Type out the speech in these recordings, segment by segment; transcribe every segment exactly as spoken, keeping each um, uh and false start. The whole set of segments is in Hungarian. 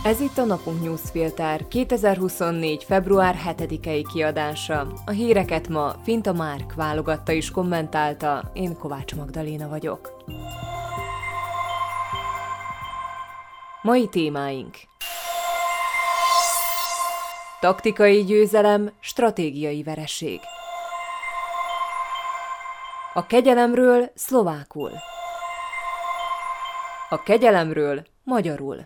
Ez itt a Napunk Newsfilter kétezer-huszonnégy. február hetedikei kiadása. A híreket ma Finta Márk válogatta és kommentálta, én Kovács Magdaléna vagyok. Mai témáink: taktikai győzelem, stratégiai vereség. A kegyelemről szlovákul. A kegyelemről magyarul.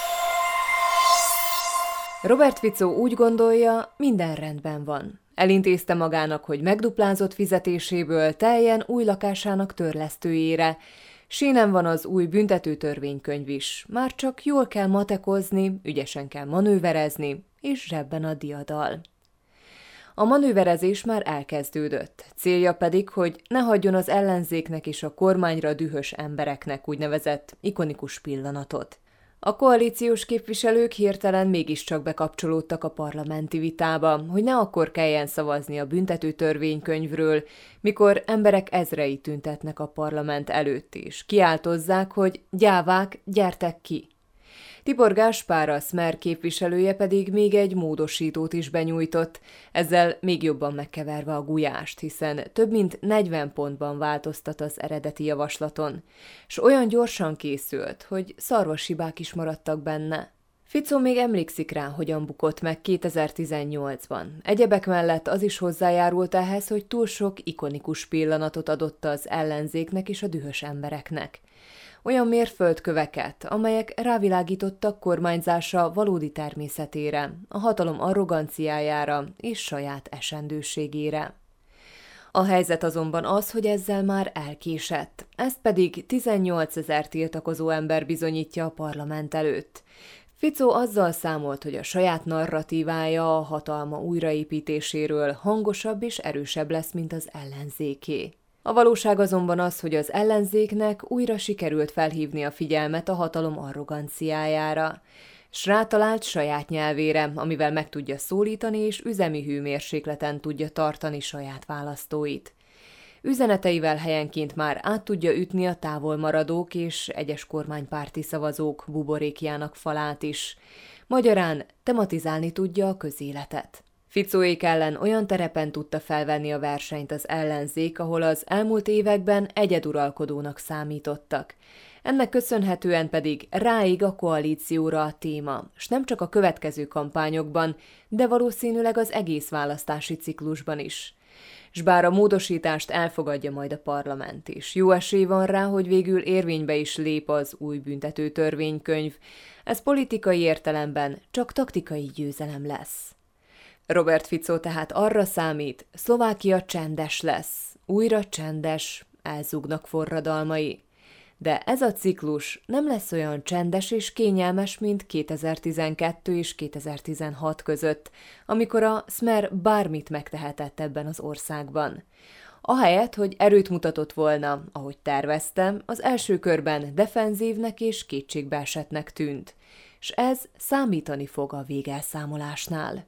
Robert Fico úgy gondolja, minden rendben van. Elintézte magának, hogy megduplázott fizetéséből teljen új lakásának törlesztőjére. Sínen van az új büntetőtörvénykönyv is. Már csak jól kell matekozni, ügyesen kell manőverezni, és zsebben a diadal. A manőverezés már elkezdődött. Célja pedig, hogy ne hagyjon az ellenzéknek és a kormányra dühös embereknek úgynevezett ikonikus pillanatot. A koalíciós képviselők hirtelen mégiscsak bekapcsolódtak a parlamenti vitába, hogy ne akkor kelljen szavazni a büntetőtörvénykönyvről, mikor emberek ezrei tüntetnek a parlament előtt is. Kiáltozzák, hogy gyávák, gyertek ki! Tibor Gáspár, a Smer képviselője pedig még egy módosítót is benyújtott, ezzel még jobban megkeverve a gulyást, hiszen több mint negyven pontban változtat az eredeti javaslaton, s olyan gyorsan készült, hogy szarvashibák is maradtak benne. Fico még emlékszik rá, hogyan bukott meg kétezer-tizennyolcban. Egyebek mellett az is hozzájárult ehhez, hogy túl sok ikonikus pillanatot adott az ellenzéknek és a dühös embereknek. Olyan mérföldköveket, amelyek rávilágítottak kormányzása valódi természetére, a hatalom arroganciájára és saját esendőségére. A helyzet azonban az, hogy ezzel már elkésett, ezt pedig tizennyolcezer tiltakozó ember bizonyítja a parlament előtt. Fico azzal számolt, hogy a saját narratívája a hatalma újraépítéséről hangosabb és erősebb lesz, mint az ellenzéké. A valóság azonban az, hogy az ellenzéknek újra sikerült felhívni a figyelmet a hatalom arroganciájára, s rátalált saját nyelvére, amivel meg tudja szólítani és üzemi hőmérsékleten tudja tartani saját választóit. Üzeneteivel helyenként már át tudja ütni a távolmaradók és egyes kormánypárti szavazók buborékjának falát is. Magyarán tematizálni tudja a közéletet. Ficóék ellen olyan terepen tudta felvenni a versenyt az ellenzék, ahol az elmúlt években egyeduralkodónak számítottak. Ennek köszönhetően pedig ráig a koalícióra a téma, s nem csak a következő kampányokban, de valószínűleg az egész választási ciklusban is. S bár a módosítást elfogadja majd a parlament is, jó esély van rá, hogy végül érvénybe is lép az új büntetőtörvénykönyv. Ez politikai értelemben csak taktikai győzelem lesz. Robert Fico tehát arra számít, Szlovákia csendes lesz, újra csendes, elzúgnak forradalmai. De ez a ciklus nem lesz olyan csendes és kényelmes, mint kétezer-tizenkettő és kétezer-tizenhat között, amikor a Smer bármit megtehetett ebben az országban. Ahelyett, hogy erőt mutatott volna, ahogy terveztem, az első körben defenzívnek és kétségbeesettnek tűnt. S ez számítani fog a végelszámolásnál.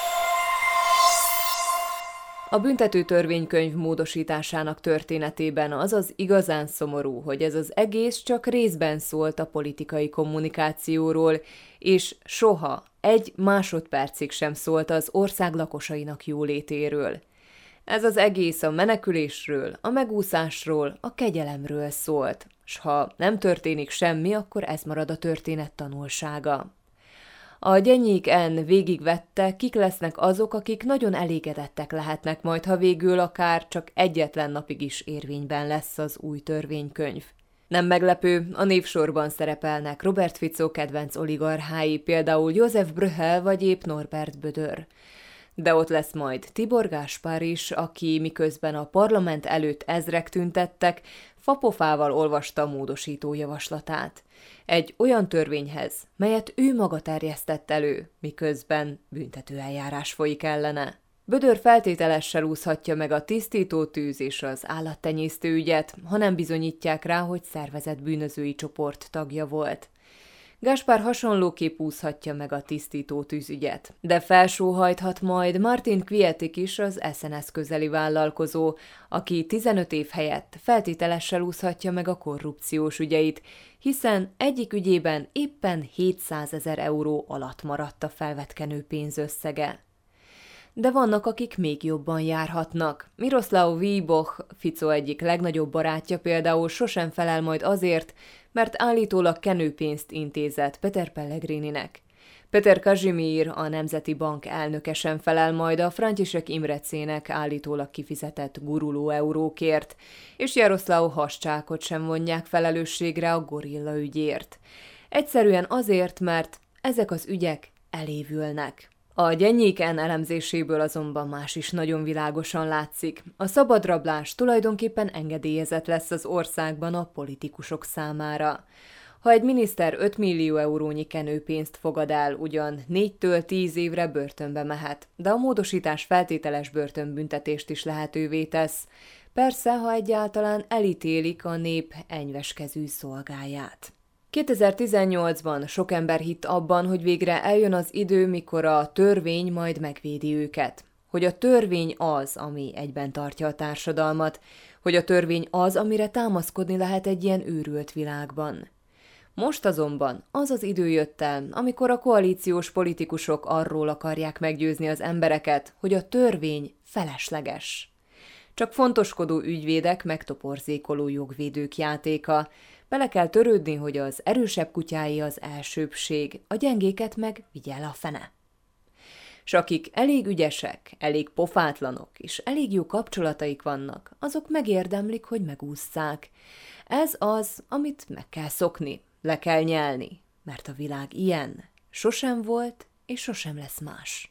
A büntetőtörvénykönyv módosításának történetében az az igazán szomorú, hogy ez az egész csak részben szólt a politikai kommunikációról, és soha egy másodpercig sem szólt az ország lakosainak jólétéről. Ez az egész a menekülésről, a megúszásról, a kegyelemről szólt, s ha nem történik semmi, akkor ez marad a történet tanulsága. A Gyenyik N végigvette, kik lesznek azok, akik nagyon elégedettek lehetnek majd, ha végül akár csak egyetlen napig is érvényben lesz az új törvénykönyv. Nem meglepő, a névsorban szerepelnek Robert Fico kedvenc oligarchái, például József Bröhel vagy épp Norbert Bödör. De ott lesz majd Tibor Gáspár is, aki miközben a parlament előtt ezrek tüntettek, fapofával olvasta a módosító javaslatát. Egy olyan törvényhez, melyet ő maga terjesztett elő, miközben büntetőeljárás folyik ellene. Bödör feltételessel úszhatja meg a tisztító tűz és az állattenyésztő ügyet, ha nem bizonyítják rá, hogy szervezett bűnözői csoport tagja volt. Gáspár hasonlóképp úszhatja meg a tisztító tűzügyet, de felsóhajthat majd Martin Kwiatek is az es en es közeli vállalkozó, aki tizenöt év helyett feltételessel úszhatja meg a korrupciós ügyeit, hiszen egyik ügyében éppen hétszázezer euró alatt maradt a felvetkenő pénzösszege. De vannak, akik még jobban járhatnak. Miroslav Výboh, Fico egyik legnagyobb barátja például sosem felel majd azért, mert állítólag kenőpénzt intézett Peter Pellegrininek. Peter Kazimír, a Nemzeti Bank elnöke sem felel majd a František Imrecének állítólag kifizetett guruló eurókért, és Jaroszláv Haščákot sem vonják felelősségre a gorilla ügyért. Egyszerűen azért, mert ezek az ügyek elévülnek. A Gyenyik-en elemzéséből azonban más is nagyon világosan látszik. A szabadrablás tulajdonképpen engedélyezett lesz az országban a politikusok számára. Ha egy miniszter öt millió eurónyi kenőpénzt fogad el, ugyan négytől tíz évre börtönbe mehet, de a módosítás feltételes börtönbüntetést is lehetővé tesz. Persze, ha egyáltalán elítélik a nép enyveskezű szolgáját. kétezer-tizennyolcban sok ember hitt abban, hogy végre eljön az idő, mikor a törvény majd megvédi őket. Hogy a törvény az, ami egyben tartja a társadalmat, hogy a törvény az, amire támaszkodni lehet egy ilyen őrült világban. Most azonban az az idő jött el, amikor a koalíciós politikusok arról akarják meggyőzni az embereket, hogy a törvény felesleges. Csak fontoskodó ügyvédek meg toporzékoló jogvédők játéka. Bele kell törődni, hogy az erősebb kutyái az elsőbbség, a gyengéket meg vigyel a fene. S akik elég ügyesek, elég pofátlanok és elég jó kapcsolataik vannak, azok megérdemlik, hogy megússzák. Ez az, amit meg kell szokni, le kell nyelni, mert a világ ilyen sosem volt és sosem lesz más.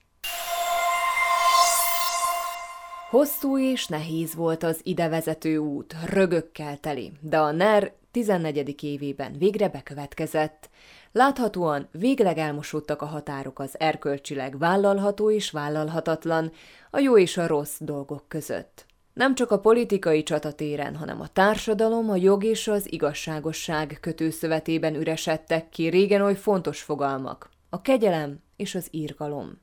Hosszú és nehéz volt az idevezető út, rögökkel teli, de a NER tizennegyedik évében végre bekövetkezett. Láthatóan végleg elmosódtak a határok az erkölcsileg vállalható és vállalhatatlan, a jó és a rossz dolgok között. Nem csak a politikai csatatéren, hanem a társadalom, a jog és az igazságosság kötőszövetében üresedtek ki régen oly fontos fogalmak, a kegyelem és az irgalom.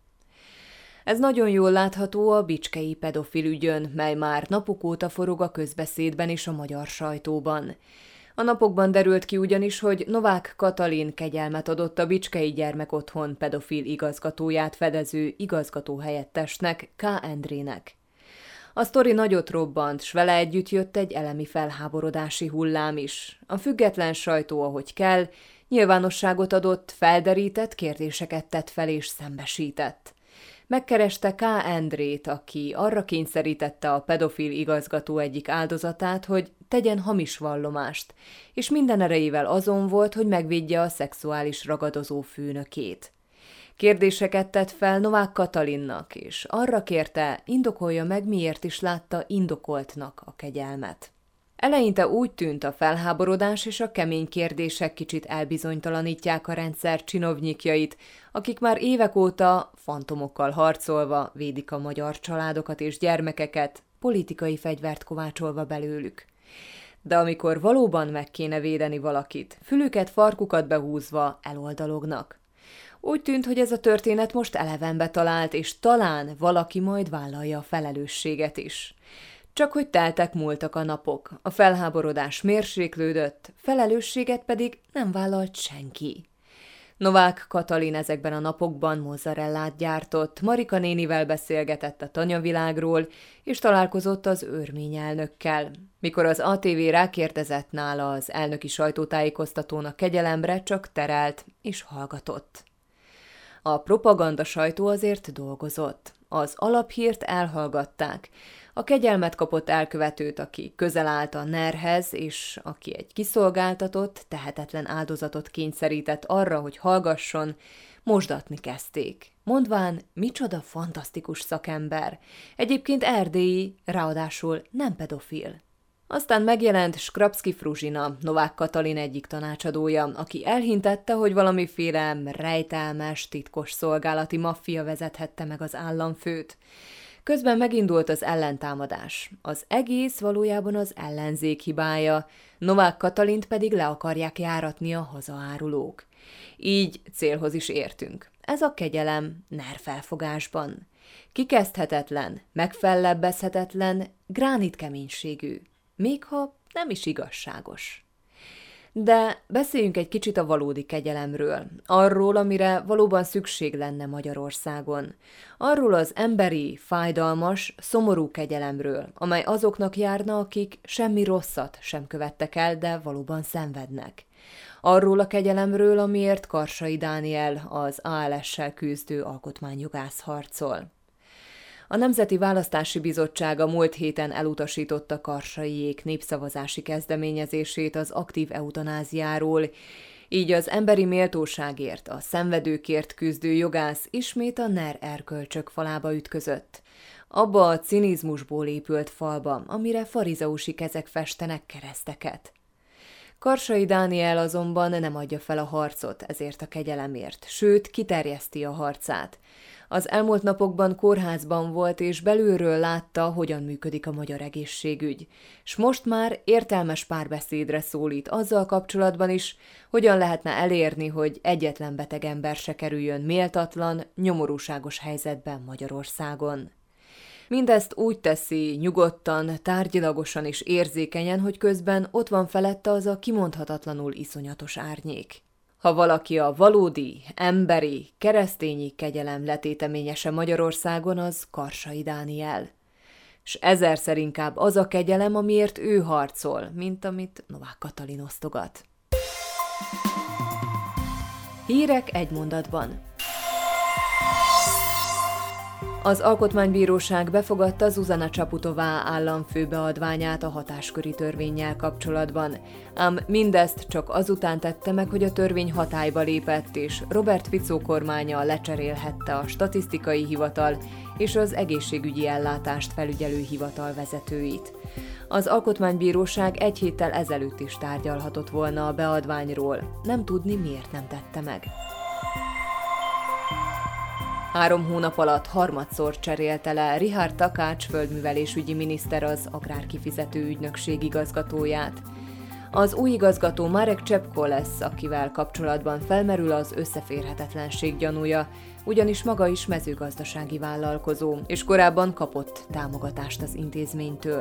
Ez nagyon jól látható a bicskei pedofil ügyön, mely már napok óta forog a közbeszédben és a magyar sajtóban. A napokban derült ki ugyanis, hogy Novák Katalin kegyelmet adott a Bicskei Gyermekotthon pedofil igazgatóját fedező igazgatóhelyettesnek, K. Endrének. A sztori nagyot robbant, s vele együtt jött egy elemi felháborodási hullám is. A független sajtó, ahogy kell, nyilvánosságot adott, felderített, kérdéseket tett fel és szembesített. Megkereste K. Endrét, aki arra kényszerítette a pedofil igazgató egyik áldozatát, hogy tegyen hamis vallomást, és minden erejével azon volt, hogy megvédje a szexuális ragadozó főnökét. Kérdéseket tett fel Novák Katalinnak, és arra kérte, indokolja meg, miért is látta indokoltnak a kegyelmet. Eleinte úgy tűnt, a felháborodás és a kemény kérdések kicsit elbizonytalanítják a rendszer csinovnyikjait, akik már évek óta, fantomokkal harcolva védik a magyar családokat és gyermekeket, politikai fegyvert kovácsolva belőlük. De amikor valóban meg kéne védeni valakit, fülüket, farkukat behúzva eloldalognak. Úgy tűnt, hogy ez a történet most elevenbe talált, és talán valaki majd vállalja a felelősséget is. Csak hogy teltek múltak a napok, a felháborodás mérséklődött, felelősséget pedig nem vállalt senki. Novák Katalin ezekben a napokban mozzarellát gyártott, Marika nénivel beszélgetett a tanyavilágról, és találkozott az örmény elnökkel. Mikor az á té vé rákérdezett nála az elnöki sajtótájékoztatónak kegyelemre, csak terelt és hallgatott. A propaganda sajtó azért dolgozott. Az alaphírt elhallgatták. A kegyelmet kapott elkövetőt, aki közel állt a nerhez, és aki egy kiszolgáltatott, tehetetlen áldozatot kényszerített arra, hogy hallgasson, mosdatni kezdték. Mondván, micsoda fantasztikus szakember. Egyébként erdélyi, ráadásul nem pedofil. Aztán megjelent Skrapszky Fruzsina, Novák Katalin egyik tanácsadója, aki elhintette, hogy valamiféle rejtelmes, titkos szolgálati maffia vezethette meg az államfőt. Közben megindult az ellentámadás. Az egész valójában az ellenzék hibája, Novák Katalint pedig le akarják járatni a hazaárulók. Így célhoz is értünk. Ez a kegyelem nervfelfogásban. Kikezdhetetlen, megfellebbezhetetlen, gránit keménységű, még ha nem is igazságos. De beszéljünk egy kicsit a valódi kegyelemről, arról, amire valóban szükség lenne Magyarországon. Arról az emberi, fájdalmas, szomorú kegyelemről, amely azoknak járna, akik semmi rosszat sem követtek el, de valóban szenvednek. Arról a kegyelemről, amiért Karsai Dániel, az á el es-sel küzdő alkotmányjogász harcol. A Nemzeti Választási Bizottság a múlt héten elutasította Karsaiék népszavazási kezdeményezését az aktív eutanáziáról, így az emberi méltóságért, a szenvedőkért küzdő jogász ismét a en er erkölcsök falába ütközött. Abba a cinizmusból épült falba, amire farizeusi kezek festenek kereszteket. Karsai Dániel azonban nem adja fel a harcot ezért a kegyelemért, sőt, kiterjeszti a harcát. Az elmúlt napokban kórházban volt, és belülről látta, hogyan működik a magyar egészségügy. S most már értelmes párbeszédre szólít azzal kapcsolatban is, hogyan lehetne elérni, hogy egyetlen beteg ember se kerüljön méltatlan, nyomorúságos helyzetben Magyarországon. Mindezt úgy teszi, nyugodtan, tárgyilagosan és érzékenyen, hogy közben ott van felette az a kimondhatatlanul iszonyatos árnyék. Ha valaki a valódi, emberi, keresztényi kegyelem letéteményese Magyarországon, az Karsai Dániel. S ezerszer inkább az a kegyelem, amiért ő harcol, mint amit Novák Katalin osztogat. Hírek egy mondatban. Az Alkotmánybíróság befogadta Zuzana Csaputová államfőbeadványát a hatásköri törvénnyel kapcsolatban, ám mindezt csak azután tette meg, hogy a törvény hatályba lépett, és Robert Fico kormánya lecserélhette a statisztikai hivatal és az egészségügyi ellátást felügyelő hivatal vezetőit. Az Alkotmánybíróság egy héttel ezelőtt is tárgyalhatott volna a beadványról, nem tudni, miért nem tette meg. Három hónap alatt harmadszor cserélte le Richard Takács földművelésügyi miniszter az Agrárkifizető Ügynökség igazgatóját. Az új igazgató Marek Csepko lesz, akivel kapcsolatban felmerül az összeférhetetlenség gyanúja, ugyanis maga is mezőgazdasági vállalkozó, és korábban kapott támogatást az intézménytől.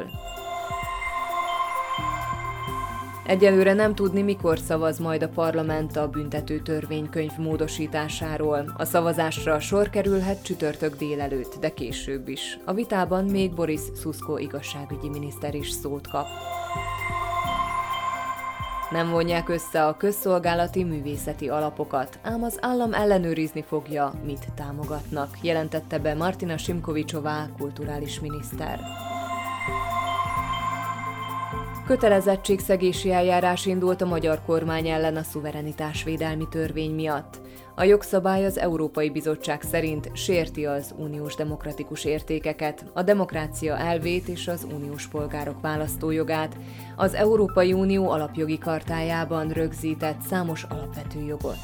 Egyelőre nem tudni, mikor szavaz majd a parlament a büntető törvénykönyv módosításáról. A szavazásra sor kerülhet csütörtök délelőtt, de később is. A vitában még Boris Szuszko igazságügyi miniszter is szót kap. Nem vonják össze a közszolgálati művészeti alapokat, ám az állam ellenőrizni fogja, mit támogatnak, jelentette be Martina Simkovicsová, kulturális miniszter. Kötelezettségszegési eljárás indult a magyar kormány ellen a szuverenitásvédelmi törvény miatt. A jogszabály az Európai Bizottság szerint sérti az uniós demokratikus értékeket, a demokrácia elvét és az uniós polgárok választójogát, az Európai Unió alapjogi chartájában rögzített számos alapvető jogot.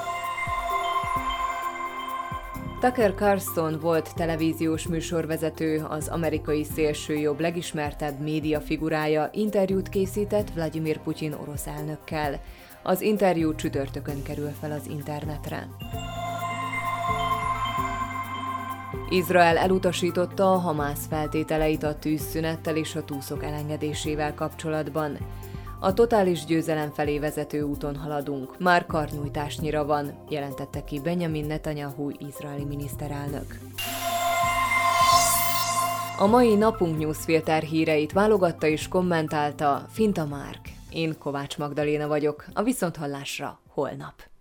Tucker Carlson volt televíziós műsorvezető, az amerikai szélsőjobb legismertebb média figurája interjút készített Vladimir Putyin orosz elnökkel. Az interjú csütörtökön kerül fel az internetre. Izrael elutasította a Hamász feltételeit a tűzszünettel és a túszok elengedésével kapcsolatban. A totális győzelem felé vezető úton haladunk, már karnyújtásnyira van, jelentette ki Benjamin Netanyahu izraeli miniszterelnök. A mai Napunk Newsfilter híreit válogatta és kommentálta Finta Márk. Én Kovács Magdaléna vagyok, a viszonthallásra holnap.